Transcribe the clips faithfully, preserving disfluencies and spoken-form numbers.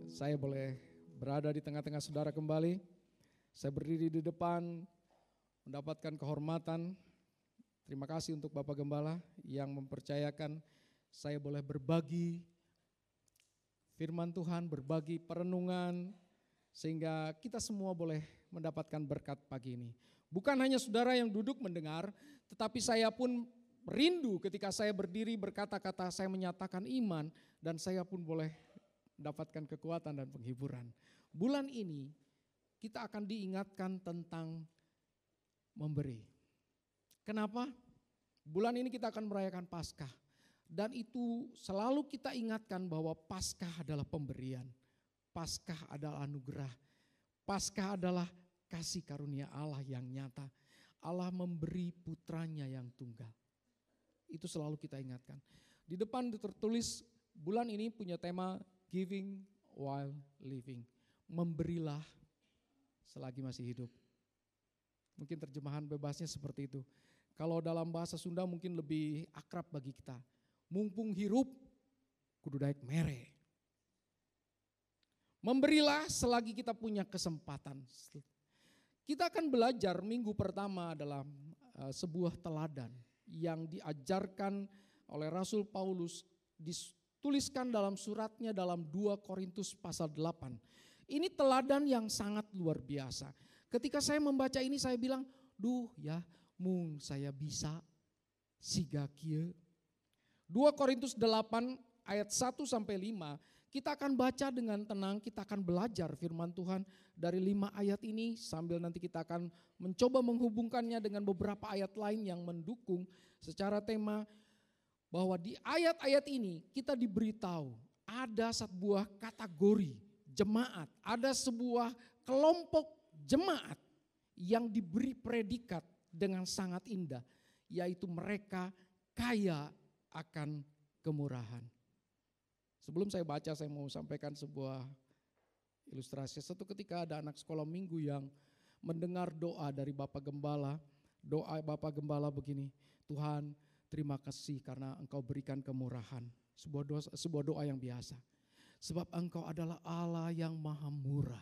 saya boleh berada di tengah-tengah saudara kembali. Saya berdiri di depan mendapatkan kehormatan. Terima kasih untuk Bapak Gembala yang mempercayakan saya boleh berbagi firman Tuhan, berbagi perenungan, sehingga kita semua boleh mendapatkan berkat pagi ini. Bukan hanya saudara yang duduk mendengar, tetapi saya pun rindu ketika saya berdiri berkata-kata, saya menyatakan iman, dan saya pun boleh mendapatkan kekuatan dan penghiburan. Bulan ini kita akan diingatkan tentang memberi. Kenapa? Bulan ini kita akan merayakan Paskah, dan itu selalu kita ingatkan bahwa Paskah adalah pemberian, Paskah adalah anugerah, Paskah adalah kasih karunia Allah yang nyata. Allah memberi putranya yang tunggal. Itu selalu kita ingatkan. Di depan tertulis bulan ini punya tema Giving While Living. Memberilah selagi masih hidup. Mungkin terjemahan bebasnya seperti itu. Kalau dalam bahasa Sunda mungkin lebih akrab bagi kita. Mumpung hirup, kudu daek mere. Memberilah selagi kita punya kesempatan. Kita akan belajar minggu pertama adalah uh, sebuah teladan yang diajarkan oleh Rasul Paulus, dituliskan dalam suratnya dalam dua Korintus pasal delapan. Ini teladan yang sangat luar biasa. Ketika saya membaca ini saya bilang, duh ya mung saya bisa siga kieu. dua Korintus delapan ayat satu sampai lima. Kita akan baca dengan tenang, kita akan belajar firman Tuhan dari lima ayat ini sambil nanti kita akan mencoba menghubungkannya dengan beberapa ayat lain yang mendukung secara tema bahwa di ayat-ayat ini kita diberitahu ada sebuah kategori jemaat, ada sebuah kelompok jemaat yang diberi predikat dengan sangat indah, yaitu mereka kaya akan kemurahan. Sebelum saya baca, saya mau sampaikan sebuah ilustrasi. Satu ketika ada anak sekolah minggu yang mendengar doa dari Bapak Gembala. Doa Bapak Gembala begini, Tuhan terima kasih karena Engkau berikan kemurahan. Sebuah doa, sebuah doa yang biasa. Sebab Engkau adalah Allah yang maha murah.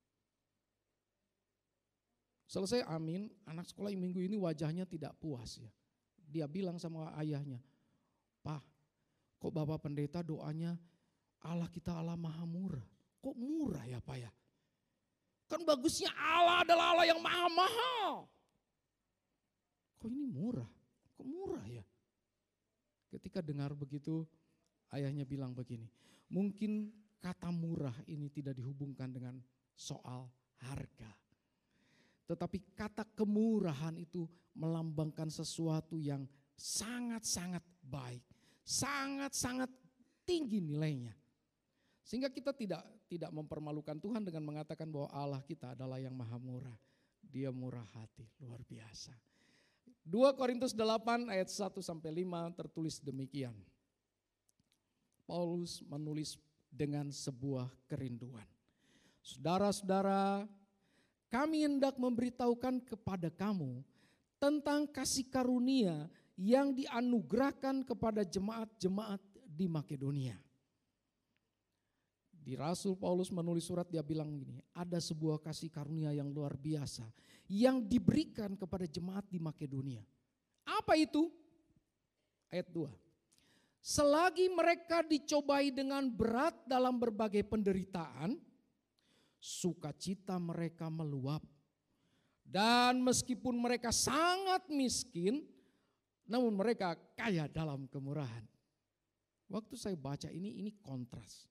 Selesai amin, anak sekolah minggu ini wajahnya tidak puas ya. Dia bilang sama ayahnya, Pak, kok Bapak Pendeta doanya Allah kita Allah maha murah. Kok murah ya Pak ya? Kan bagusnya Allah adalah Allah yang maha mahal. Kok ini murah? Kok murah ya? Ketika dengar begitu ayahnya bilang begini. Mungkin kata murah ini tidak dihubungkan dengan soal harga. Tetapi kata kemurahan itu melambangkan sesuatu yang sangat-sangat baik. Sangat-sangat tinggi nilainya. Sehingga kita tidak tidak mempermalukan Tuhan dengan mengatakan bahwa Allah kita adalah yang maha murah. Dia murah hati, luar biasa. dua Korintus delapan ayat satu sampai lima tertulis demikian. Paulus menulis dengan sebuah kerinduan. Saudara-saudara, kami hendak memberitahukan kepada kamu tentang kasih karunia yang dianugerahkan kepada jemaat-jemaat di Makedonia. Di Rasul Paulus menulis surat dia bilang gini, ada sebuah kasih karunia yang luar biasa yang diberikan kepada jemaat di Makedonia. Apa itu? Ayat dua. Selagi mereka dicobai dengan berat dalam berbagai penderitaan, sukacita mereka meluap. Dan meskipun mereka sangat miskin, namun mereka kaya dalam kemurahan. Waktu saya baca ini, ini kontras.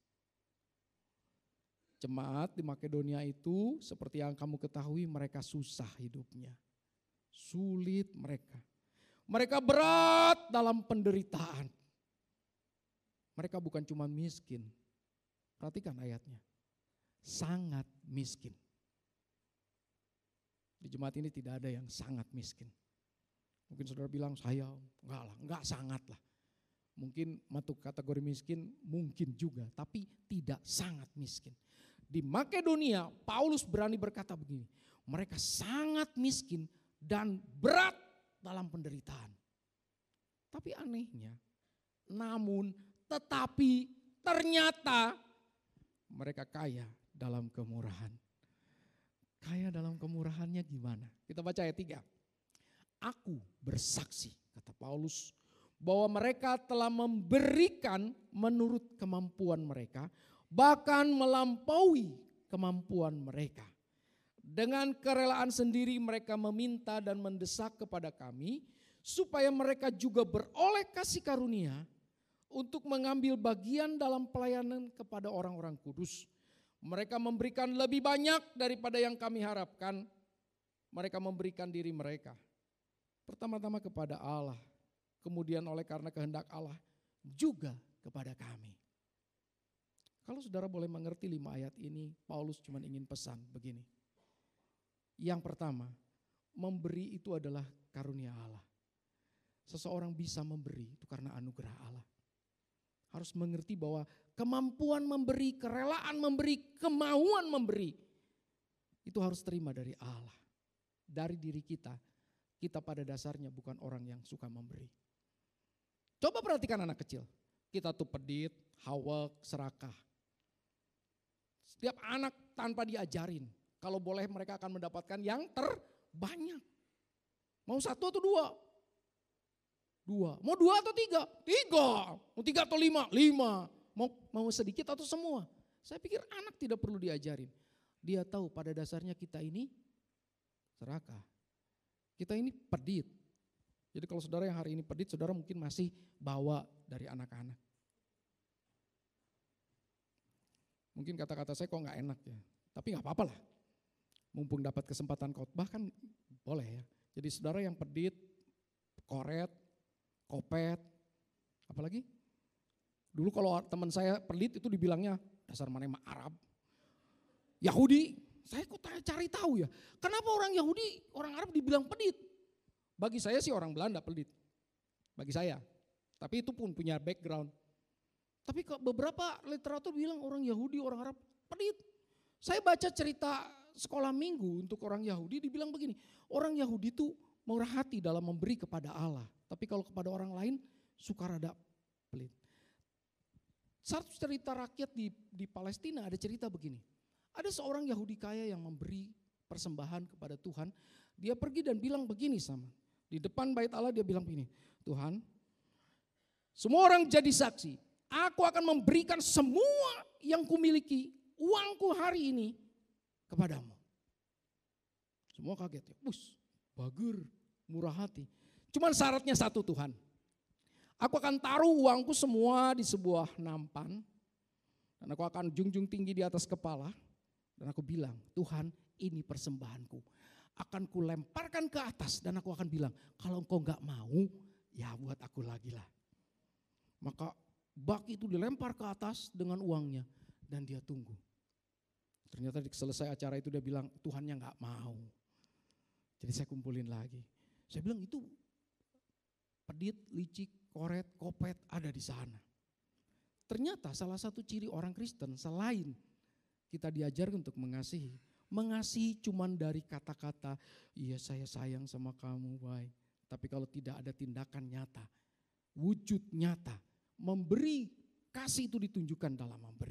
Jemaat di Makedonia itu seperti yang kamu ketahui mereka susah hidupnya. Sulit mereka. Mereka berat dalam penderitaan. Mereka bukan cuma miskin. Perhatikan ayatnya. Sangat miskin. Di jemaat ini tidak ada yang sangat miskin. Mungkin saudara bilang saya enggak lah, enggak sangat lah. Mungkin masuk kategori miskin, mungkin juga, tapi tidak sangat miskin. Di Makedonia, Paulus berani berkata begini, mereka sangat miskin dan berat dalam penderitaan. Tapi anehnya, namun, tetapi, ternyata mereka kaya dalam kemurahan. Kaya dalam kemurahannya gimana? Kita baca ayat tiga. Aku bersaksi, kata Paulus, bahwa mereka telah memberikan menurut kemampuan mereka, bahkan melampaui kemampuan mereka. Dengan kerelaan sendiri mereka meminta dan mendesak kepada kami, supaya mereka juga beroleh kasih karunia untuk mengambil bagian dalam pelayanan kepada orang-orang kudus. Mereka memberikan lebih banyak daripada yang kami harapkan. Mereka memberikan diri mereka. Pertama-tama kepada Allah, kemudian oleh karena kehendak Allah juga kepada kami. Kalau saudara boleh mengerti lima ayat ini, Paulus cuma ingin pesan begini. Yang pertama, memberi itu adalah karunia Allah. Seseorang bisa memberi itu karena anugerah Allah. Harus mengerti bahwa kemampuan memberi, kerelaan memberi, kemauan memberi, itu harus terima dari Allah. Dari diri kita. Kita pada dasarnya bukan orang yang suka memberi. Coba perhatikan anak kecil. Kita tuh pedit, hawak, serakah. Setiap anak tanpa diajarin, kalau boleh mereka akan mendapatkan yang terbanyak. Mau satu atau dua? Dua. Mau dua atau tiga? Tiga. Mau tiga atau lima? Lima. Mau, mau sedikit atau semua? Saya pikir anak tidak perlu diajarin. Dia tahu pada dasarnya kita ini serakah. Kita ini pedit. Jadi kalau saudara yang hari ini pedit, saudara mungkin masih bawa dari anak-anak. Mungkin kata-kata saya kok gak enak ya. Tapi gak apa-apa lah. Mumpung dapat kesempatan khotbah kan boleh ya. Jadi saudara yang pedit, koret, kopet, apalagi? Dulu kalau teman saya pelit itu dibilangnya dasar mana emang Arab. Yahudi. Saya kok cari tahu ya, kenapa orang Yahudi, orang Arab dibilang pedit? Bagi saya sih orang Belanda pedit, bagi saya. Tapi itu pun punya background. Tapi beberapa literatur bilang orang Yahudi, orang Arab pedit. Saya baca cerita sekolah minggu untuk orang Yahudi dibilang begini, orang Yahudi itu murah hati dalam memberi kepada Allah. Tapi kalau kepada orang lain suka rada pelit. Satu cerita rakyat di, di Palestina ada cerita begini. Ada seorang Yahudi kaya yang memberi persembahan kepada Tuhan. Dia pergi dan bilang begini sama. Di depan bait Allah dia bilang begini. Tuhan, semua orang jadi saksi. Aku akan memberikan semua yang kumiliki, uangku hari ini kepadamu. Semua kaget ya. Bus, bager, murah hati. Cuman syaratnya satu Tuhan. Aku akan taruh uangku semua di sebuah nampan. Dan aku akan junjung tinggi di atas kepala. Dan aku bilang, Tuhan ini persembahanku. Akan kulemparkan ke atas dan aku akan bilang, kalau engkau gak mau, ya buat aku lagi lah. Maka bak itu dilempar ke atas dengan uangnya dan dia tunggu. Ternyata selesai acara itu dia bilang, Tuhannya gak mau. Jadi saya kumpulin lagi. Saya bilang itu pedit, licik, koret, kopet ada di sana. Ternyata salah satu ciri orang Kristen selain kita diajarkan untuk mengasihi. Mengasihi cuman dari kata-kata, iya saya sayang sama kamu, baik. Tapi kalau tidak ada tindakan nyata, wujud nyata, memberi, kasih itu ditunjukkan dalam memberi.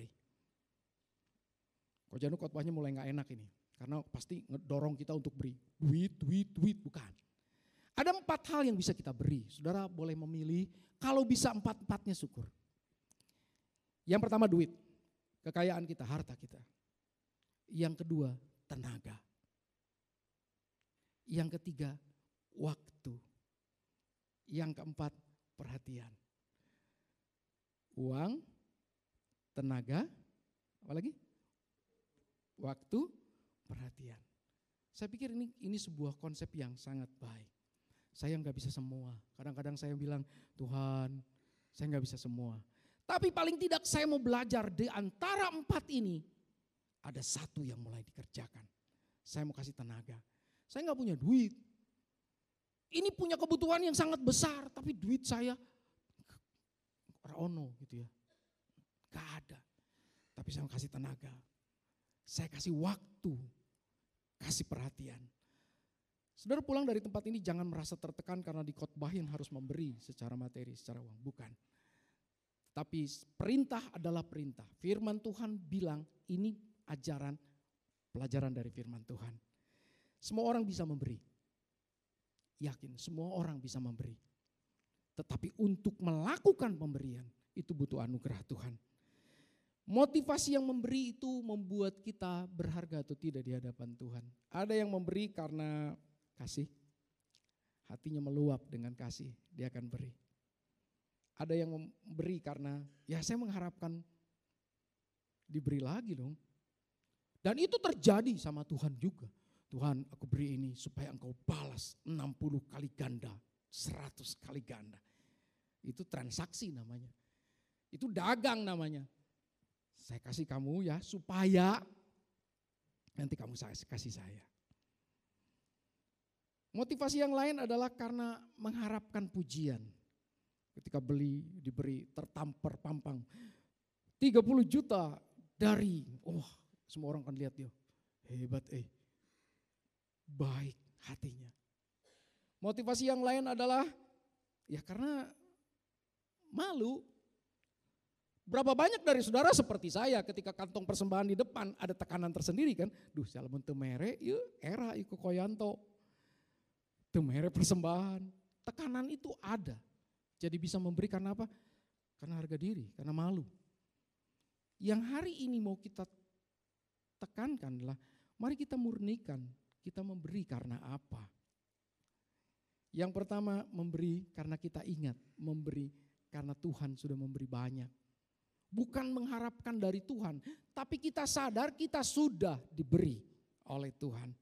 Kok Janu khotbahnya mulai gak enak ini. Karena pasti ngedorong kita untuk beri. Duit, duit, duit, bukan. Ada empat hal yang bisa kita beri. Saudara boleh memilih, kalau bisa empat-empatnya syukur. Yang pertama duit. Kekayaan kita, harta kita. Yang kedua, tenaga. Yang ketiga, waktu. Yang keempat, perhatian. Uang, tenaga, apa lagi? Waktu, perhatian. Saya pikir ini ini sebuah konsep yang sangat baik. Saya nggak bisa semua. Kadang-kadang saya bilang, Tuhan, saya nggak bisa semua. Tapi paling tidak saya mau belajar di antara empat ini. Ada satu yang mulai dikerjakan. Saya mau kasih tenaga. Saya gak punya duit. Ini punya kebutuhan yang sangat besar. Tapi duit saya, ono gitu ya. Gak ada. Tapi saya mau kasih tenaga. Saya kasih waktu. Kasih perhatian. Saudara pulang dari tempat ini jangan merasa tertekan karena dikhotbahin harus memberi secara materi, secara uang. Bukan. Tapi perintah adalah perintah. Firman Tuhan bilang ini ajaran, pelajaran dari firman Tuhan. Semua orang bisa memberi. Yakin, semua orang bisa memberi. Tetapi untuk melakukan pemberian itu butuh anugerah Tuhan. Motivasi yang memberi itu membuat kita berharga atau tidak di hadapan Tuhan. Ada yang memberi karena kasih. Hatinya meluap dengan kasih, dia akan beri. Ada yang memberi karena ya saya mengharapkan diberi lagi dong. Dan itu terjadi sama Tuhan juga. Tuhan, aku beri ini supaya engkau balas enam puluh kali ganda, seratus kali ganda. Itu transaksi namanya. Itu dagang namanya. Saya kasih kamu ya supaya nanti kamu saya kasih saya. Motivasi yang lain adalah karena mengharapkan pujian. Ketika beli, diberi, tertampar pampang. tiga puluh juta dari, oh semua orang akan lihat dia. Hebat eh. Baik hatinya. Motivasi yang lain adalah, ya karena malu. Berapa banyak dari saudara seperti saya ketika kantong persembahan di depan ada tekanan tersendiri kan. Duh salamun teu mere, yuk era iku koyanto. Teu mere persembahan. Tekanan itu ada. Jadi bisa memberi karena apa? Karena harga diri, karena malu. Yang hari ini mau kita tekankan adalah mari kita murnikan, kita memberi karena apa? Yang pertama memberi karena kita ingat, memberi karena Tuhan sudah memberi banyak. Bukan mengharapkan dari Tuhan, tapi kita sadar kita sudah diberi oleh Tuhan.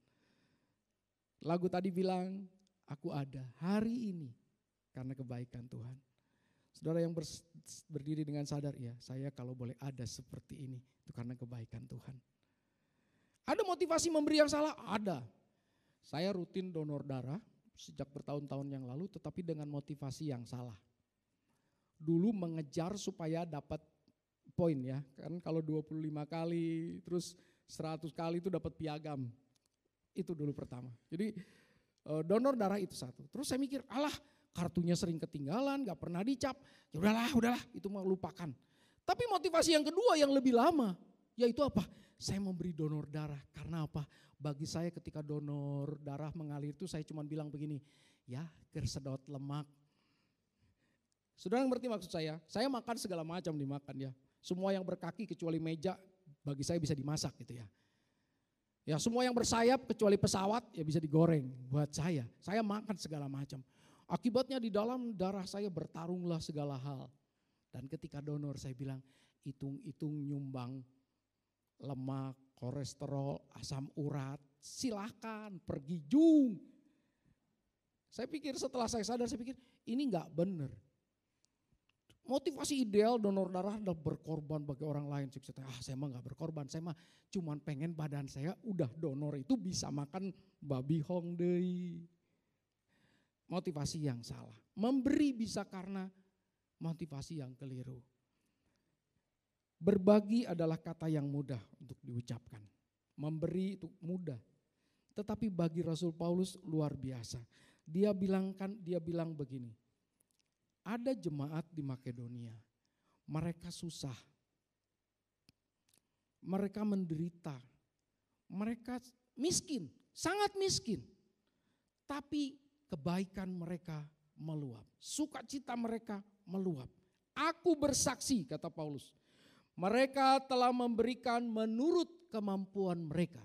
Lagu tadi bilang, aku ada hari ini karena kebaikan Tuhan. Saudara yang berdiri dengan sadar, ya saya kalau boleh ada seperti ini, itu karena kebaikan Tuhan. Ada motivasi memberi yang salah? Ada. Saya rutin donor darah sejak bertahun-tahun yang lalu, tetapi dengan motivasi yang salah. Dulu mengejar supaya dapat poin ya, kan kalau dua puluh lima kali, terus seratus kali itu dapat piagam. Itu dulu pertama. Jadi donor darah itu satu. Terus saya mikir, alah kartunya sering ketinggalan, gak pernah dicap. Ya udahlah, udahlah, itu mau lupakan. Tapi motivasi yang kedua yang lebih lama, yaitu apa? Saya memberi donor darah. Karena apa? Bagi saya ketika donor darah mengalir itu saya cuma bilang begini, ya gersedot lemak. Saudara ngerti maksud saya? Saya makan segala macam dimakan ya. Semua yang berkaki kecuali meja bagi saya bisa dimasak gitu ya. Ya semua yang bersayap kecuali pesawat ya bisa digoreng buat saya. Saya makan segala macam. Akibatnya di dalam darah saya bertarunglah segala hal. Dan ketika donor saya bilang hitung-hitung nyumbang lemak, kolesterol, asam urat, silakan pergi jung. Saya pikir setelah saya sadar saya pikir ini gak benar. Motivasi ideal donor darah adalah berkorban bagi orang lain. Ah saya mah gak berkorban, saya mah cuman pengen badan saya udah donor itu bisa makan babi hong deui. Motivasi yang salah. Memberi bisa karena motivasi yang keliru. Berbagi adalah kata yang mudah untuk diucapkan. Memberi itu mudah. Tetapi bagi Rasul Paulus luar biasa. Dia bilangkan, dia bilang begini. Ada jemaat di Makedonia. Mereka susah. Mereka menderita. Mereka miskin, sangat miskin. Tapi kebaikan mereka meluap. Sukacita mereka meluap. Aku bersaksi, kata Paulus. Mereka telah memberikan menurut kemampuan mereka.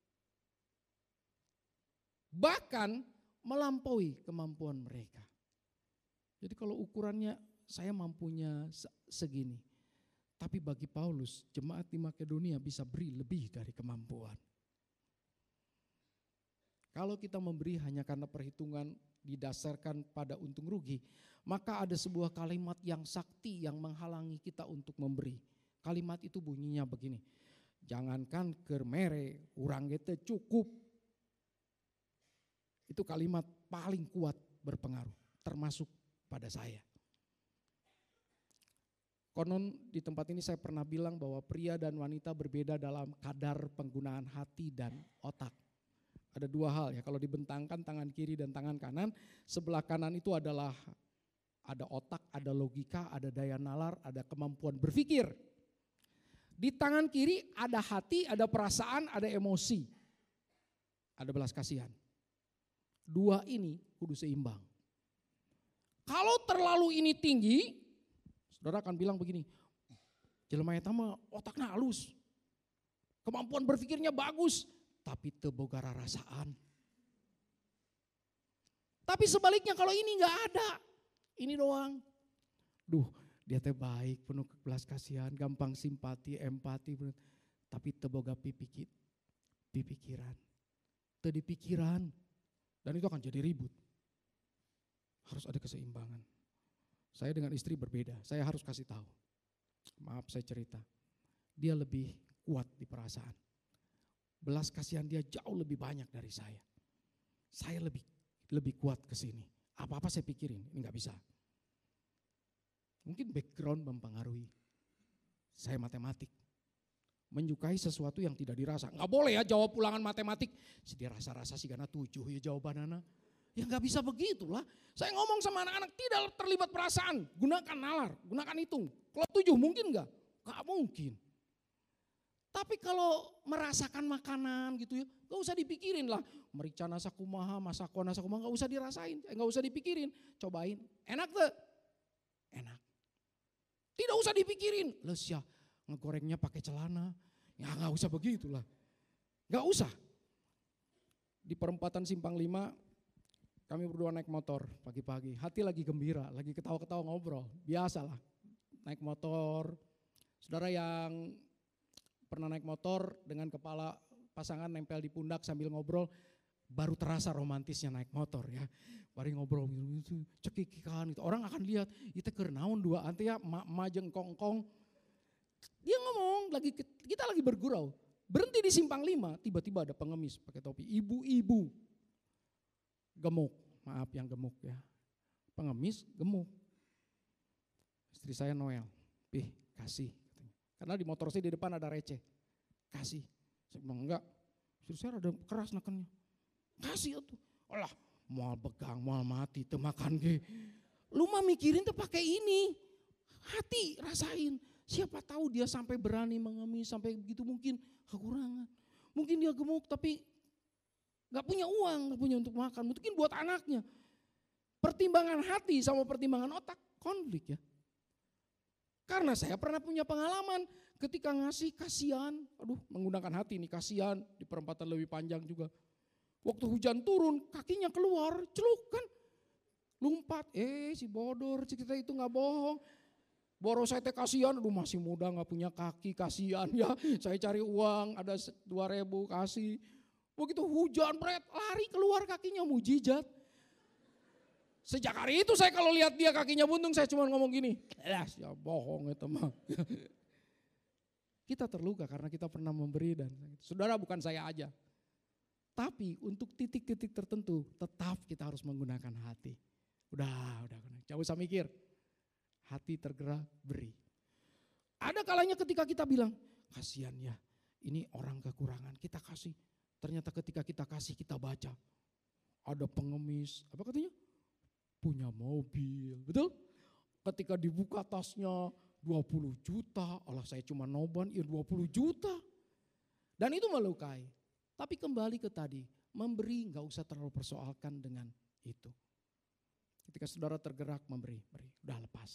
Bahkan melampaui kemampuan mereka. Jadi kalau ukurannya saya mampunya segini. Tapi bagi Paulus, jemaat di Makedonia bisa beri lebih dari kemampuan. Kalau kita memberi hanya karena perhitungan didasarkan pada untung rugi, maka ada sebuah kalimat yang sakti yang menghalangi kita untuk memberi. Kalimat itu bunyinya begini, jangankan keur mere, urang ge teu cukup. Itu kalimat paling kuat berpengaruh, termasuk pada saya. Konon di tempat ini saya pernah bilang bahwa pria dan wanita berbeda dalam kadar penggunaan hati dan otak. Ada dua hal ya, kalau dibentangkan tangan kiri dan tangan kanan, sebelah kanan itu adalah Ada otak, ada logika, ada daya nalar, ada kemampuan berpikir. Di tangan kiri ada hati, ada perasaan, ada emosi. Ada belas kasihan. Dua ini kudu seimbang. Kalau terlalu ini tinggi, saudara akan bilang begini, jelema eta mah otakna halus. Kemampuan berpikirnya bagus, tapi teu boga rarasaan. Tapi sebaliknya kalau ini enggak ada, ini doang. Duh, dia teh baik, penuh belas kasihan, gampang simpati, empati, tapi teu boga pipikit, pipikiran. Teu dipikiran. Dan itu akan jadi ribut. Harus ada keseimbangan. Saya dengan istri berbeda, saya harus kasih tahu. Maaf saya cerita. Dia lebih kuat di perasaan. Belas kasihan dia jauh lebih banyak dari saya. Saya lebih lebih kuat ke sini. Apa-apa saya pikirin, ini gak bisa. Mungkin background mempengaruhi. Saya matematik. Menyukai sesuatu yang tidak dirasa. Gak boleh ya jawab ulangan matematik. Si dia rasa-rasa sih karena tujuh ya jawabanana. Ya gak bisa begitulah. Saya ngomong sama anak-anak tidak terlibat perasaan. Gunakan nalar, gunakan hitung. Kalau tujuh mungkin gak? Gak mungkin. Tapi kalau merasakan makanan gitu ya, gak usah dipikirin lah. Merica nasa kumaha, masako nasa kumaha, gak usah dirasain, gak usah dipikirin. Cobain, enak tuh? Enak. Tidak usah dipikirin. Les ya, ngegorengnya pakai celana. Ya gak usah begitulah. Gak usah. Di perempatan Simpang Lima, kami berdua naik motor pagi-pagi. Hati lagi gembira, lagi ketawa-ketawa ngobrol. Biasalah, naik motor. Saudara yang pernah naik motor dengan kepala pasangan nempel di pundak sambil ngobrol, baru terasa romantisnya naik motor ya. Bari ngobrol gitu, cekikikan gitu. Orang akan lihat, itu keur naon dua ante ya, ma jeung kongkong. Dia ngomong, lagi kita lagi bergurau. Berhenti di Simpang Lima, tiba-tiba ada pengemis pakai topi. Ibu-ibu gemuk, maaf yang gemuk ya. Pengemis gemuk. Istri saya Noel, pih kasih. Karena di motor saya di depan ada receh. Kasih. Saya bilang enggak. Istri saya ada keras nekennya. Kasih itu. Olah, mau begang, mau mati, temakan ge. Lu mah mikirin tuh pakai ini. Hati rasain. Siapa tahu dia sampai berani mengemis, sampai begitu mungkin kekurangan. Mungkin dia gemuk tapi gak punya uang, gak punya untuk makan. Mungkin buat anaknya. Pertimbangan hati sama pertimbangan otak konflik ya. Karena saya pernah punya pengalaman ketika ngasih kasihan, aduh menggunakan hati nih kasihan di perempatan lebih panjang juga. Waktu hujan turun kakinya keluar, celuk kan. Lumpat, eh si bodor, si kita itu gak bohong. Boros saya teh kasihan, aduh masih muda gak punya kaki, kasihan ya. Saya cari uang, ada dua ribu kasih. Begitu hujan, bret, lari keluar kakinya mujizat. Sejak hari itu saya kalau lihat dia kakinya buntung saya cuma ngomong gini, lah ya bohong itu mah. Kita terluka karena kita pernah memberi dan saudara bukan saya aja. Tapi untuk titik-titik tertentu tetap kita harus menggunakan hati. Udah, udah, jangan usah mikir. Hati tergerak beri. Ada kalanya ketika kita bilang, kasihan ya ini orang kekurangan kita kasih. Ternyata ketika kita kasih kita baca. Ada pengemis, apa katanya? Punya mobil, betul? Ketika dibuka tasnya dua puluh juta, Allah saya cuma noban, ya dua puluh juta. Dan itu melukai. Tapi kembali ke tadi, memberi gak usah terlalu persoalkan dengan itu. Ketika saudara tergerak memberi, beri, udah lepas.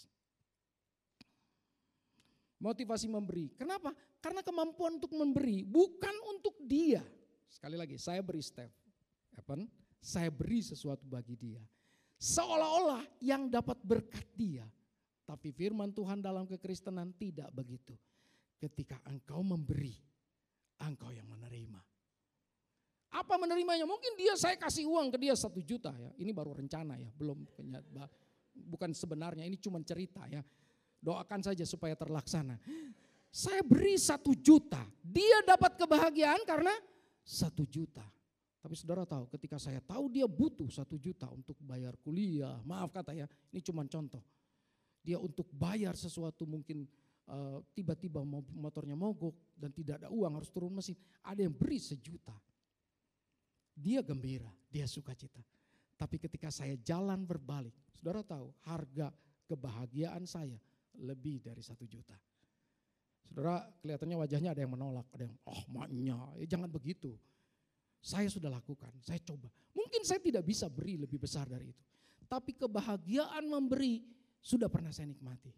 Motivasi memberi, kenapa? Karena kemampuan untuk memberi bukan untuk dia. Sekali lagi, saya beri step, saya beri sesuatu bagi dia. Seolah-olah yang dapat berkat dia. Tapi firman Tuhan dalam kekristenan tidak begitu. Ketika engkau memberi, engkau yang menerima. Apa menerimanya? Mungkin dia saya kasih uang ke dia satu juta ya. Ini baru rencana ya, belum bukan sebenarnya. Ini cuma cerita ya. Doakan saja supaya terlaksana. Saya beri satu juta, dia dapat kebahagiaan karena satu juta. Tapi saudara tahu ketika saya tahu dia butuh satu juta untuk bayar kuliah, maaf kata ya, ini cuma contoh. Dia untuk bayar sesuatu mungkin uh, tiba-tiba motornya mogok dan tidak ada uang harus turun mesin. Ada yang beri sejuta. Dia gembira, dia sukacita. Tapi ketika saya jalan berbalik, saudara tahu harga kebahagiaan saya lebih dari satu juta. Saudara, kelihatannya wajahnya ada yang menolak, ada yang oh maknya, eh, jangan begitu. Saya sudah lakukan, saya coba. Mungkin saya tidak bisa beri lebih besar dari itu. Tapi kebahagiaan memberi sudah pernah saya nikmati.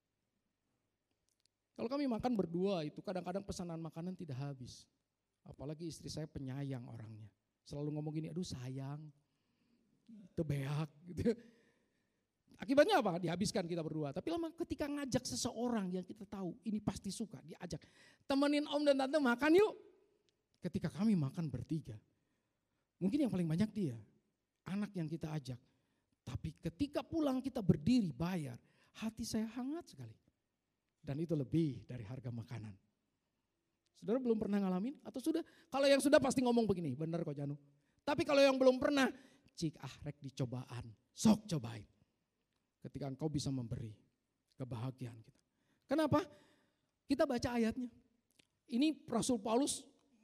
Kalau kami makan berdua itu kadang-kadang pesanan makanan tidak habis. Apalagi istri saya penyayang orangnya. Selalu ngomong gini, aduh sayang, tebeak gitu. Akibatnya apa? Dihabiskan kita berdua. Tapi lama ketika ngajak seseorang yang kita tahu ini pasti suka, diajak. Temenin om dan tante makan yuk. Ketika kami makan bertiga. Mungkin yang paling banyak dia. Anak yang kita ajak. Tapi ketika pulang kita berdiri bayar. Hati saya hangat sekali. Dan itu lebih dari harga makanan. Saudara belum pernah ngalamin? Atau sudah? Kalau yang sudah pasti ngomong begini. Benar kok Janu. Tapi kalau yang belum pernah. Cik ah rek dicobaan. Sok cobain. Ketika engkau bisa memberi kebahagiaan kita. Kenapa? Kita baca ayatnya. Ini Rasul Paulus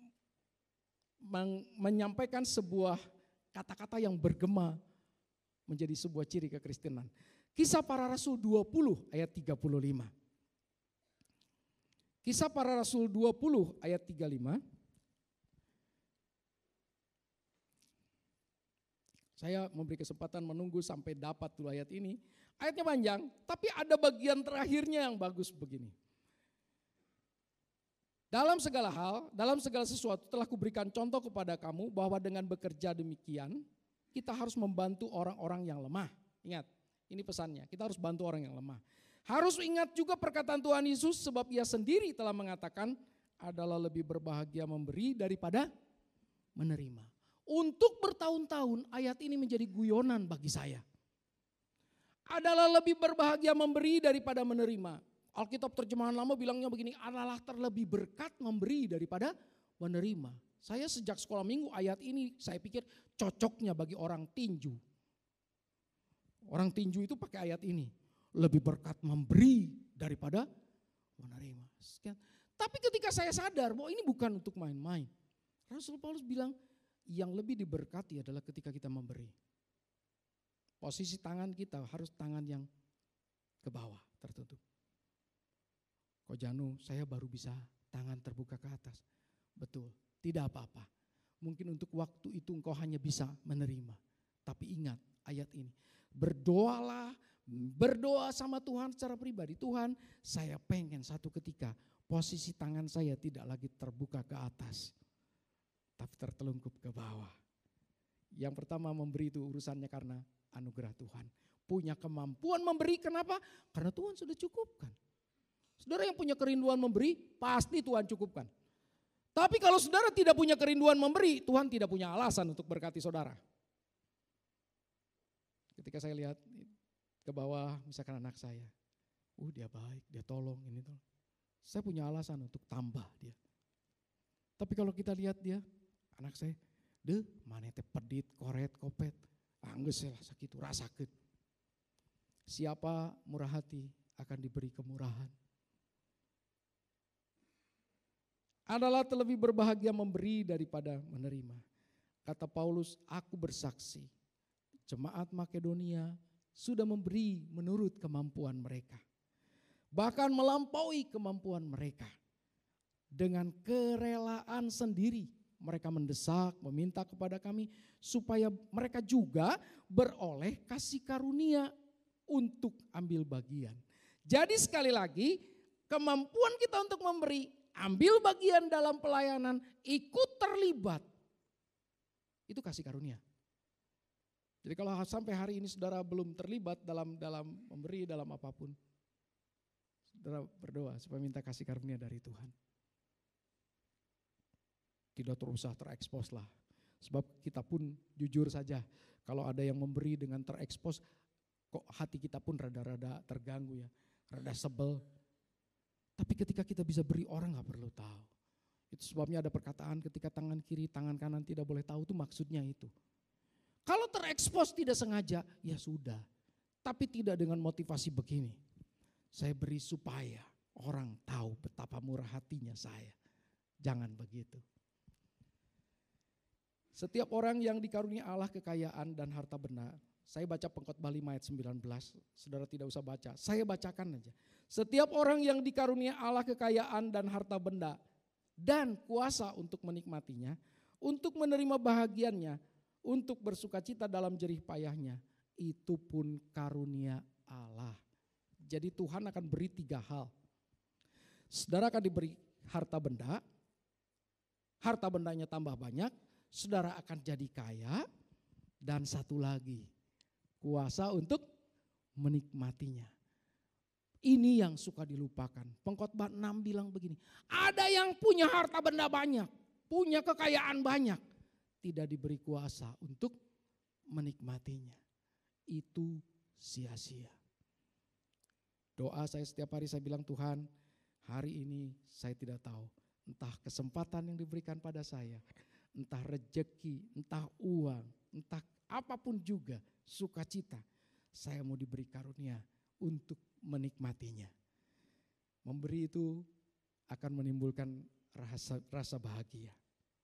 menyampaikan sebuah kata-kata yang bergema menjadi sebuah ciri kekristenan. Kisah Para Rasul dua puluh ayat tiga puluh lima. Kisah Para Rasul dua puluh ayat tiga puluh lima. Saya memberi kesempatan menunggu sampai dapat dulu ayat ini. Ayatnya panjang, tapi ada bagian terakhirnya yang bagus begini. Dalam segala hal, dalam segala sesuatu telah kuberikan contoh kepada kamu bahwa dengan bekerja demikian, kita harus membantu orang-orang yang lemah. Ingat, ini pesannya, kita harus bantu orang yang lemah. Harus ingat juga perkataan Tuhan Yesus sebab ia sendiri telah mengatakan adalah lebih berbahagia memberi daripada menerima. Untuk bertahun-tahun ayat ini menjadi guyonan bagi saya. Adalah lebih berbahagia memberi daripada menerima. Alkitab terjemahan lama bilangnya begini, adalah terlebih berkat memberi daripada menerima. Saya sejak sekolah minggu ayat ini saya pikir cocoknya bagi orang tinju. Orang tinju itu pakai ayat ini. Lebih berkat memberi daripada menerima. Sekian. Tapi ketika saya sadar bahwa ini bukan untuk main-main. Rasul Paulus bilang yang lebih diberkati adalah ketika kita memberi. Posisi tangan kita harus tangan yang ke bawah tertutup. Kok Janu, saya baru bisa tangan terbuka ke atas. Betul, tidak apa-apa. Mungkin untuk waktu itu engkau hanya bisa menerima. Tapi ingat ayat ini. Berdoalah, berdoa sama Tuhan secara pribadi. Tuhan, saya pengen satu ketika posisi tangan saya tidak lagi terbuka ke atas. Tapi tertelungkup ke bawah. Yang pertama memberi itu urusannya karena anugerah Tuhan. Punya kemampuan memberi, kenapa? Karena Tuhan sudah cukupkan. Saudara yang punya kerinduan memberi, pasti Tuhan cukupkan. Tapi kalau saudara tidak punya kerinduan memberi, Tuhan tidak punya alasan untuk berkati saudara. Ketika saya lihat ke bawah, misalkan anak saya, uh dia baik, dia tolong, ini tolong. Saya punya alasan untuk tambah dia. Tapi kalau kita lihat dia, anak saya, deh mana teh pedit, koret, kopet, angges lah sakit, rasakeun. Siapa murah hati akan diberi kemurahan. Adalah terlebih berbahagia memberi daripada menerima. Kata Paulus, aku bersaksi, jemaat Makedonia sudah memberi menurut kemampuan mereka. Bahkan melampaui kemampuan mereka. Dengan kerelaan sendiri mereka mendesak, meminta kepada kami supaya mereka juga beroleh kasih karunia untuk ambil bagian. Jadi sekali lagi kemampuan kita untuk memberi, ambil bagian dalam pelayanan, ikut terlibat. Itu kasih karunia. Jadi kalau sampai hari ini saudara belum terlibat dalam dalam memberi, dalam apapun, saudara berdoa supaya minta kasih karunia dari Tuhan. Tidak terusah terekspos lah. Sebab kita pun jujur saja, kalau ada yang memberi dengan terekspos, kok hati kita pun rada-rada terganggu ya, rada sebel. Tapi ketika kita bisa beri, orang gak perlu tahu. Itu sebabnya ada perkataan ketika tangan kiri, tangan kanan tidak boleh tahu, itu maksudnya itu. Kalau terekspos tidak sengaja, ya sudah. Tapi tidak dengan motivasi begini. Saya beri supaya orang tahu betapa murah hatinya saya. Jangan begitu. Setiap orang yang dikarunia Allah kekayaan dan harta benda Saya baca Pengkhotbah lima ayat sembilan belas, saudara tidak usah baca, saya bacakan aja. Setiap orang yang dikarunia Allah kekayaan dan harta benda dan kuasa untuk menikmatinya, untuk menerima bahagiannya, untuk bersukacita dalam jerih payahnya, itu pun karunia Allah. Jadi Tuhan akan beri tiga hal. Saudara akan diberi harta benda, harta bendanya tambah banyak, saudara akan jadi kaya, dan satu lagi, kuasa untuk menikmatinya. Ini yang suka dilupakan. Pengkhotbah enam bilang begini, ada yang punya harta benda banyak, punya kekayaan banyak, tidak diberi kuasa untuk menikmatinya. Itu sia-sia. Doa saya setiap hari saya bilang, Tuhan, hari ini saya tidak tahu, entah kesempatan yang diberikan pada saya, entah rejeki, entah uang, entah apapun juga, sukacita, saya mau diberi karunia untuk menikmatinya. Memberi itu akan menimbulkan rasa, rasa bahagia.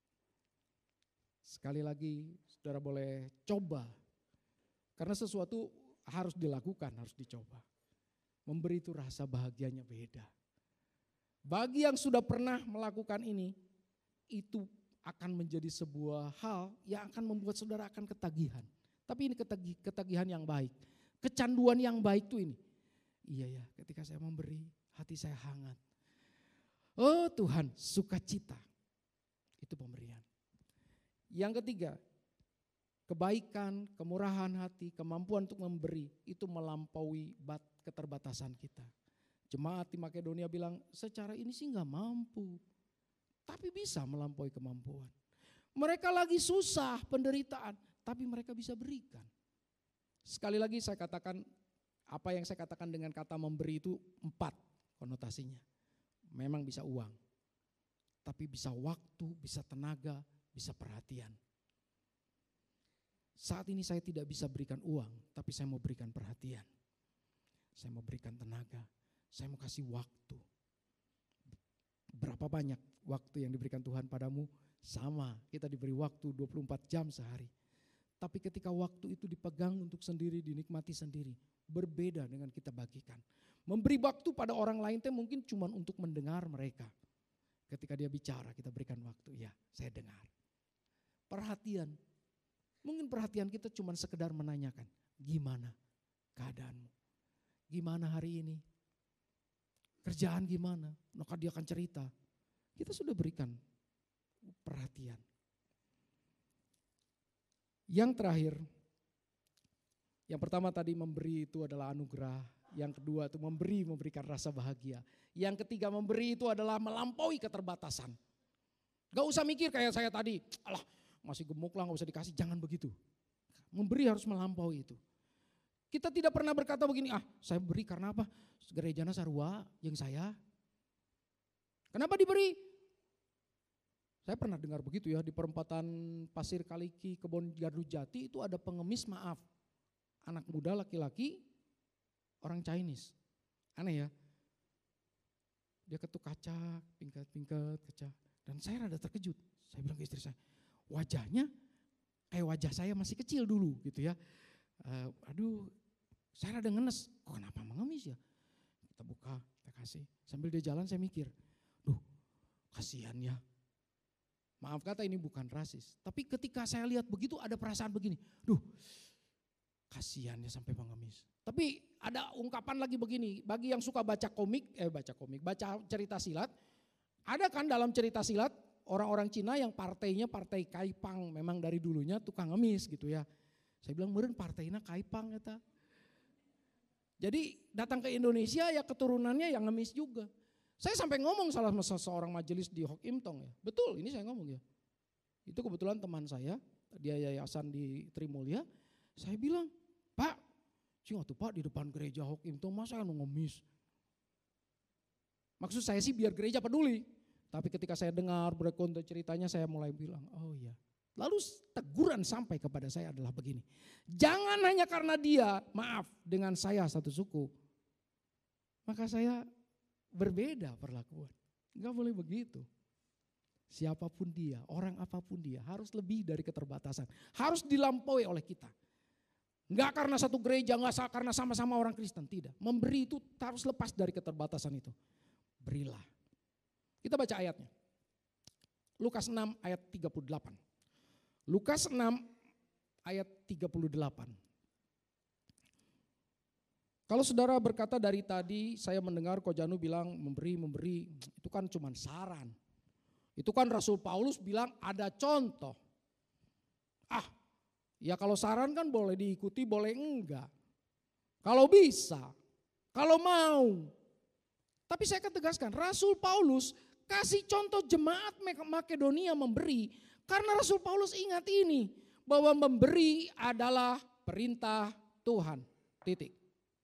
Sekali lagi saudara boleh coba, karena sesuatu harus dilakukan, harus dicoba. Memberi itu rasa bahagianya beda. Bagi yang sudah pernah melakukan ini, itu akan menjadi sebuah hal yang akan membuat saudara akan ketagihan. Tapi ini ketagih, ketagihan yang baik. Kecanduan yang baik itu ini. Iya ya, ketika saya memberi, hati saya hangat. Oh Tuhan, sukacita. Itu pemberian. Yang ketiga, kebaikan, kemurahan hati, kemampuan untuk memberi itu melampaui bat, keterbatasan kita. Jemaat di Makedonia bilang, secara ini sih gak mampu, tapi bisa melampaui kemampuan. Mereka lagi susah, penderitaan, tapi mereka bisa berikan. Sekali lagi saya katakan, apa yang saya katakan dengan kata memberi itu empat konotasinya. Memang bisa uang, tapi bisa waktu, bisa tenaga, bisa perhatian. Saat ini saya tidak bisa berikan uang, tapi saya mau berikan perhatian. Saya mau berikan tenaga, saya mau kasih waktu. Berapa banyak waktu yang diberikan Tuhan padamu? Sama, kita diberi waktu dua puluh empat jam sehari. Tapi ketika waktu itu dipegang untuk sendiri, dinikmati sendiri, berbeda dengan kita bagikan. Memberi waktu pada orang lain itu mungkin cuma untuk mendengar mereka. Ketika dia bicara, kita berikan waktu, ya saya dengar. Perhatian, mungkin perhatian kita cuma sekedar menanyakan, gimana keadaanmu? Gimana hari ini? Kerjaan gimana? Maka dia akan cerita. Kita sudah berikan perhatian. Yang terakhir, yang pertama tadi memberi itu adalah anugerah. Yang kedua itu memberi, memberikan rasa bahagia. Yang ketiga memberi itu adalah melampaui keterbatasan. Gak usah mikir kayak saya tadi, alah masih gemuk lah gak usah dikasih, jangan begitu. Memberi harus melampaui itu. Kita tidak pernah berkata begini, ah saya beri karena apa? Gerejana sarua yang saya. Kenapa diberi? Saya pernah dengar begitu ya, di perempatan Pasir Kaliki, Kebon Gardu Jati itu ada pengemis maaf. Anak muda laki-laki, orang Chinese. Aneh ya. Dia ketuk kaca, pingkat-pingkat kaca. Dan saya rada terkejut. Saya bilang ke istri saya, wajahnya kayak wajah saya masih kecil dulu gitu ya. Uh, aduh, saya rada ngenes, kok kenapa mengemis ya? Kita buka, kita kasih. Sambil dia jalan saya mikir, duh kasihan ya. Maaf kata ini bukan rasis. Tapi ketika saya lihat begitu ada perasaan begini, duh kasihan ya sampai mengemis. Tapi ada ungkapan lagi begini, bagi yang suka baca komik, eh baca komik, baca cerita silat. Ada kan dalam cerita silat orang-orang Cina yang partainya partai Kaipang, memang dari dulunya tukang ngemis gitu ya. Saya bilang meureun partainya Kaipang eta. Jadi datang ke Indonesia ya keturunannya yang ngemis juga. Saya sampai ngomong salah seorang majelis di Hok Im Tong ya. Betul, ini saya ngomong ya. Itu kebetulan teman saya, dia yayasan di Trimulya. Saya bilang, Pak, cing atuh Pak di depan gereja Hok Im Tong masa anu ngemis. Maksud saya sih biar gereja peduli. Tapi ketika saya dengar berkonten ceritanya saya mulai bilang, oh iya. Lalu teguran sampai kepada saya adalah begini. Jangan hanya karena dia maaf dengan saya satu suku. Maka saya berbeda perlakuan. Enggak boleh begitu. Siapapun dia, orang apapun dia harus lebih dari keterbatasan. Harus dilampaui oleh kita. Enggak karena satu gereja, enggak karena sama-sama orang Kristen, tidak. Memberi itu harus lepas dari keterbatasan itu. Berilah. Kita baca ayatnya. Lukas enam ayat tiga puluh delapan. Lukas enam ayat tiga puluh delapan. Kalau saudara berkata dari tadi saya mendengar Kojanu bilang memberi, memberi, itu kan cuma saran. Itu kan Rasul Paulus bilang ada contoh. Ah, ya kalau saran kan boleh diikuti, boleh enggak. Kalau bisa, kalau mau. Tapi saya akan tegaskan, Rasul Paulus kasih contoh jemaat Makedonia memberi. Karena Rasul Paulus ingat ini, bahwa memberi adalah perintah Tuhan. Titik.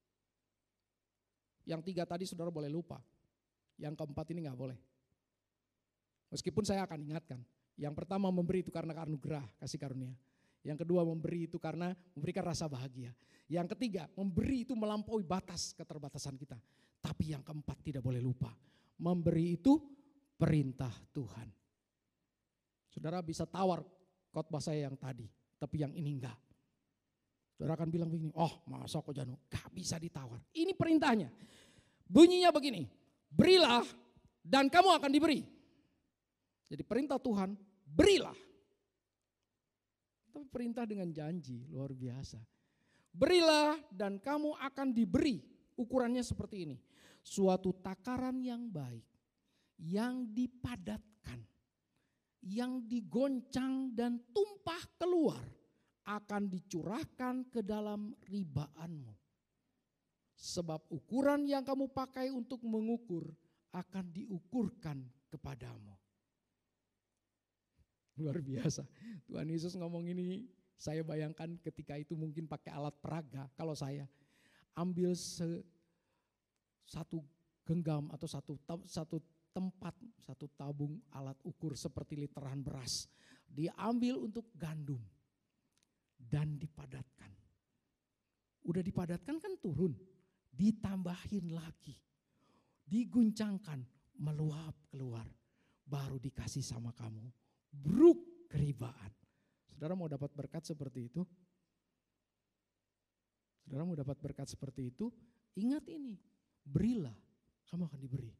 Yang tiga tadi saudara boleh lupa. Yang keempat ini gak boleh. Meskipun saya akan ingatkan. Yang pertama memberi itu karena anugerah, kasih karunia. Yang kedua memberi itu karena memberikan rasa bahagia. Yang ketiga memberi itu melampaui batas keterbatasan kita. Tapi yang keempat tidak boleh lupa. Memberi itu perintah Tuhan. Saudara bisa tawar khotbah saya yang tadi. Tapi yang ini enggak. Saudara akan bilang begini, oh masa kok Janu, gak bisa ditawar. Ini perintahnya. Bunyinya begini, berilah dan kamu akan diberi. Jadi perintah Tuhan, berilah. Tapi perintah dengan janji, luar biasa. Berilah dan kamu akan diberi. Ukurannya seperti ini. Suatu takaran yang baik, yang dipadatkan, yang digoncang dan tumpah keluar, akan dicurahkan ke dalam ribaanmu. Sebab ukuran yang kamu pakai untuk mengukur akan diukurkan kepadamu. Luar biasa. Tuhan Yesus ngomong ini, saya bayangkan ketika itu mungkin pakai alat peraga. Kalau saya ambil se, satu genggam atau satu satu tempat, satu tabung alat ukur seperti literan beras. Diambil untuk gandum. Dan dipadatkan. Udah dipadatkan kan turun. Ditambahin lagi. Diguncangkan. Meluap keluar. Baru dikasih sama kamu. Bruk keribaan. Saudara mau dapat berkat seperti itu? Saudara mau dapat berkat seperti itu? Ingat ini. Berilah. Kamu akan diberi.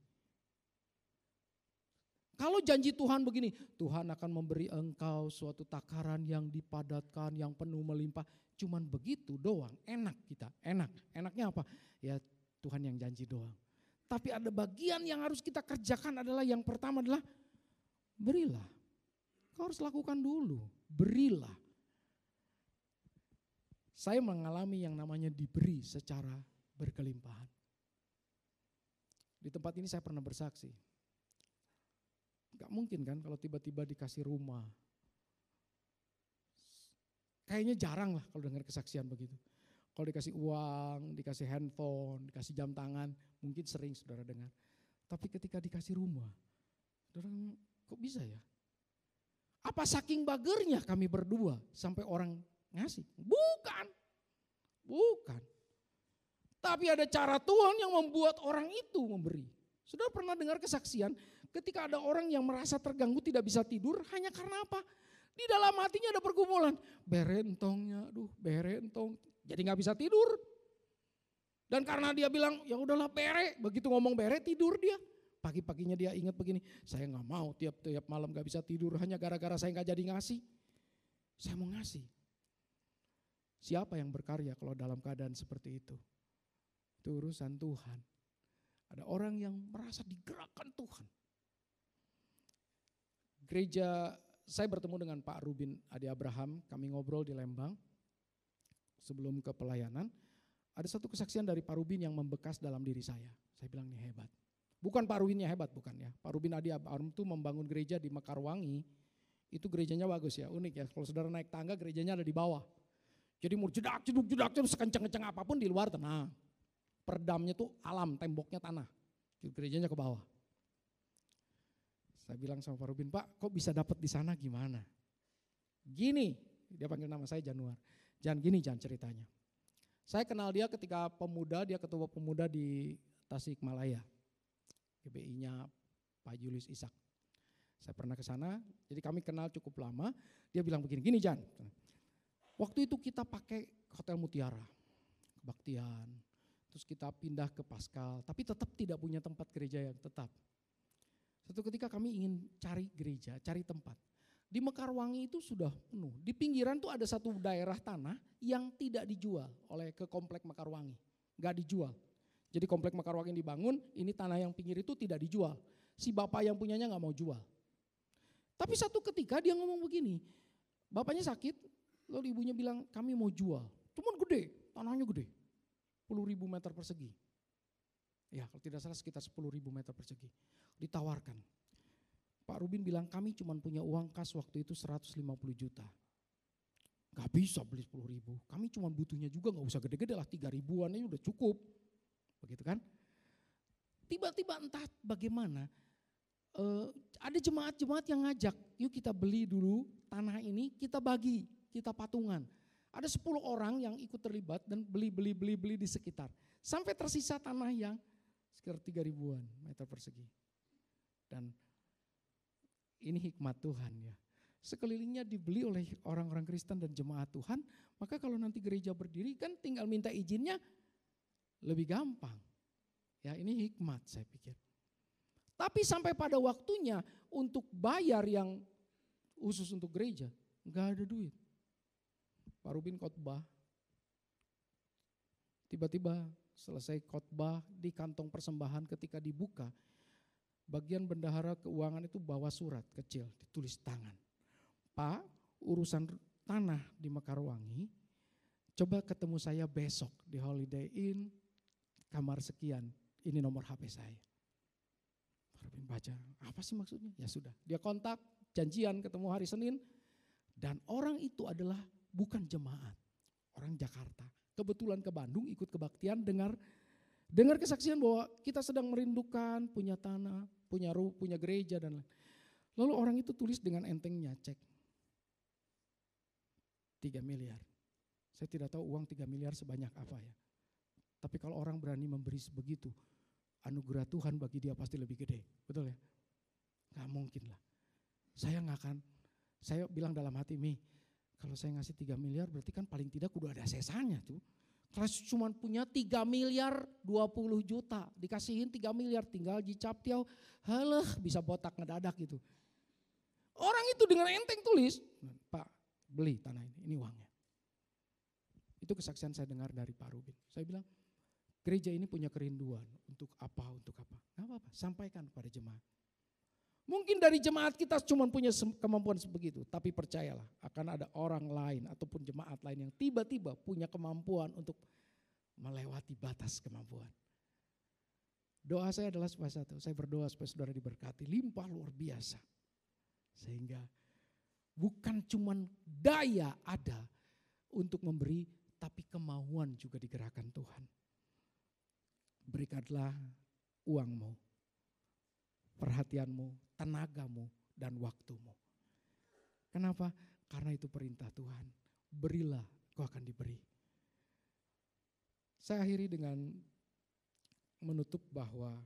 Kalau janji Tuhan begini, Tuhan akan memberi engkau suatu takaran yang dipadatkan, yang penuh melimpah. Cuman begitu doang, enak kita, enak. Enaknya apa? Ya Tuhan yang janji doang. Tapi ada bagian yang harus kita kerjakan adalah yang pertama adalah berilah. Kau harus lakukan dulu, berilah. Saya mengalami yang namanya diberi secara berkelimpahan. Di tempat ini saya pernah bersaksi. Gak mungkin kan kalau tiba-tiba dikasih rumah. Kayaknya jarang lah kalau dengar kesaksian begitu. Kalau dikasih uang, dikasih handphone, dikasih jam tangan, mungkin sering saudara dengar. Tapi ketika dikasih rumah, saudara kok bisa ya? Apa saking bagernya kami berdua sampai orang ngasih? Bukan, bukan. Tapi ada cara Tuhan yang membuat orang itu memberi. Saudara pernah dengar kesaksian? Ketika ada orang yang merasa terganggu tidak bisa tidur hanya karena apa? Di dalam hatinya ada pergumulan. Berentongnya, aduh berentong. Jadi gak bisa tidur. Dan karena dia bilang ya udahlah bere. Begitu ngomong bere tidur dia. Pagi-paginya dia ingat begini. Saya gak mau tiap-tiap malam gak bisa tidur. Hanya gara-gara saya gak jadi ngasih. Saya mau ngasih. Siapa yang berkarya kalau dalam keadaan seperti itu? Itu urusan Tuhan. Ada orang yang merasa digerakkan Tuhan. Gereja, saya bertemu dengan Pak Rubin Adi Abraham, kami ngobrol di Lembang sebelum ke pelayanan. Ada satu kesaksian dari Pak Rubin yang membekas dalam diri saya. Saya bilang ini hebat. Bukan Pak Rubinnya hebat, bukan ya. Pak Rubin Adi Abraham itu membangun gereja di Mekarwangi, itu gerejanya bagus ya, unik ya. Kalau saudara naik tangga gerejanya ada di bawah. Jadi mau jedak, jeduk, jedak, jeduk, sekencang-kencang apapun di luar tenang. Perdamnya tuh alam, temboknya tanah. Gerejanya ke bawah. Saya bilang sama Pak Rubin, Pak kok bisa dapat di sana gimana? Gini, dia panggil nama saya Januar. Jangan gini jangan ceritanya. Saya kenal dia ketika pemuda, dia ketua pemuda di Tasikmalaya. G B I-nya Pak Julius Ishak. Saya pernah ke sana, jadi kami kenal cukup lama. Dia bilang begini, gini Jan. Waktu itu kita pakai Hotel Mutiara, kebaktian. Terus kita pindah ke Paskal, tapi tetap tidak punya tempat gereja yang tetap. Suatu ketika kami ingin cari gereja, cari tempat. Di Mekarwangi itu sudah penuh. Di pinggiran tuh ada satu daerah tanah yang tidak dijual oleh ke komplek Mekarwangi. Gak dijual. Jadi komplek Mekarwangi dibangun, ini tanah yang pinggir itu tidak dijual. Si bapak yang punyanya gak mau jual. Tapi satu ketika dia ngomong begini, bapaknya sakit, lalu ibunya bilang kami mau jual. Cuman gede, tanahnya gede. sepuluh ribu meter persegi. Ya kalau tidak salah sekitar sepuluh ribu meter persegi. Ditawarkan. Pak Rubin bilang kami cuma punya uang kas waktu itu seratus lima puluh juta. Gak bisa beli sepuluh ribu. Kami cuma butuhnya juga gak usah gede-gede lah. tiga ribuan aja udah cukup. Begitu kan. Tiba-tiba entah bagaimana. Uh, ada jemaat-jemaat yang ngajak. Yuk kita beli dulu tanah ini. Kita bagi. Kita patungan. Ada sepuluh orang yang ikut terlibat dan beli-beli-beli-beli di sekitar. Sampai tersisa tanah yang sekitar tiga ribuan meter persegi. Dan ini hikmat Tuhan ya. Sekelilingnya dibeli oleh orang-orang Kristen dan jemaat Tuhan. Maka kalau nanti gereja berdiri kan tinggal minta izinnya lebih gampang. Ya ini hikmat saya pikir. Tapi sampai pada waktunya untuk bayar yang khusus untuk gereja. Gak ada duit. Pak Rubin khotbah, tiba-tiba selesai khotbah di kantong persembahan ketika dibuka, bagian bendahara keuangan itu bawa surat kecil ditulis tangan. Pak, urusan tanah di Mekarwangi, coba ketemu saya besok di Holiday Inn, kamar sekian, ini nomor H P saya. Pak Rubin baca, apa sih maksudnya? Ya sudah, dia kontak, janjian ketemu hari Senin, dan orang itu adalah bukan jemaat, orang Jakarta. Kebetulan ke Bandung ikut kebaktian, dengar dengar kesaksian bahwa kita sedang merindukan punya tanah, punya ru, punya gereja dan lain. Lalu orang itu tulis dengan entengnya cek tiga miliar. Saya tidak tahu uang tiga miliar sebanyak apa ya. Tapi kalau orang berani memberi sebegitu, anugerah Tuhan bagi dia pasti lebih gede. Betul ya? Gak mungkin lah. Saya gak akan, saya bilang dalam hati, Mi, kalau saya ngasih tiga miliar berarti kan paling tidak udah ada sesanya tuh. Kalau cuma punya tiga miliar dua puluh juta, dikasihin tiga miliar tinggal jicaptiau, halah bisa botak ngedadak gitu. Orang itu dengan enteng tulis, Pak beli tanah ini, ini uangnya. Itu kesaksian saya dengar dari Pak Rubin. Saya bilang, gereja ini punya kerinduan untuk apa, untuk apa. Gak apa-apa, sampaikan kepada jemaat. Mungkin dari jemaat kita cuma punya kemampuan sebegitu, tapi percayalah akan ada orang lain ataupun jemaat lain yang tiba-tiba punya kemampuan untuk melewati batas kemampuan. Doa saya adalah supaya satu, saya berdoa supaya saudara diberkati, limpah luar biasa. Sehingga bukan cuma daya ada untuk memberi, tapi kemauan juga digerakkan Tuhan. Berikanlah uangmu, perhatianmu, tenagamu, dan waktumu. Kenapa? Karena itu perintah Tuhan. Berilah, kau akan diberi. Saya akhiri dengan menutup bahwa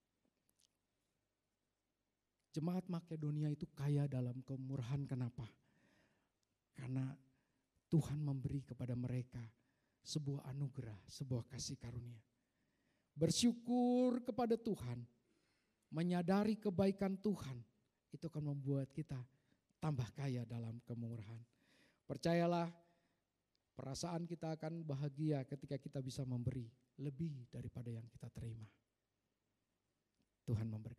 jemaat Makedonia itu kaya dalam kemurahan. Kenapa? Karena Tuhan memberi kepada mereka sebuah anugerah, sebuah kasih karunia. Bersyukur kepada Tuhan, menyadari kebaikan Tuhan, itu akan membuat kita tambah kaya dalam kemurahan. Percayalah, perasaan kita akan bahagia ketika kita bisa memberi lebih daripada yang kita terima. Tuhan memberkati.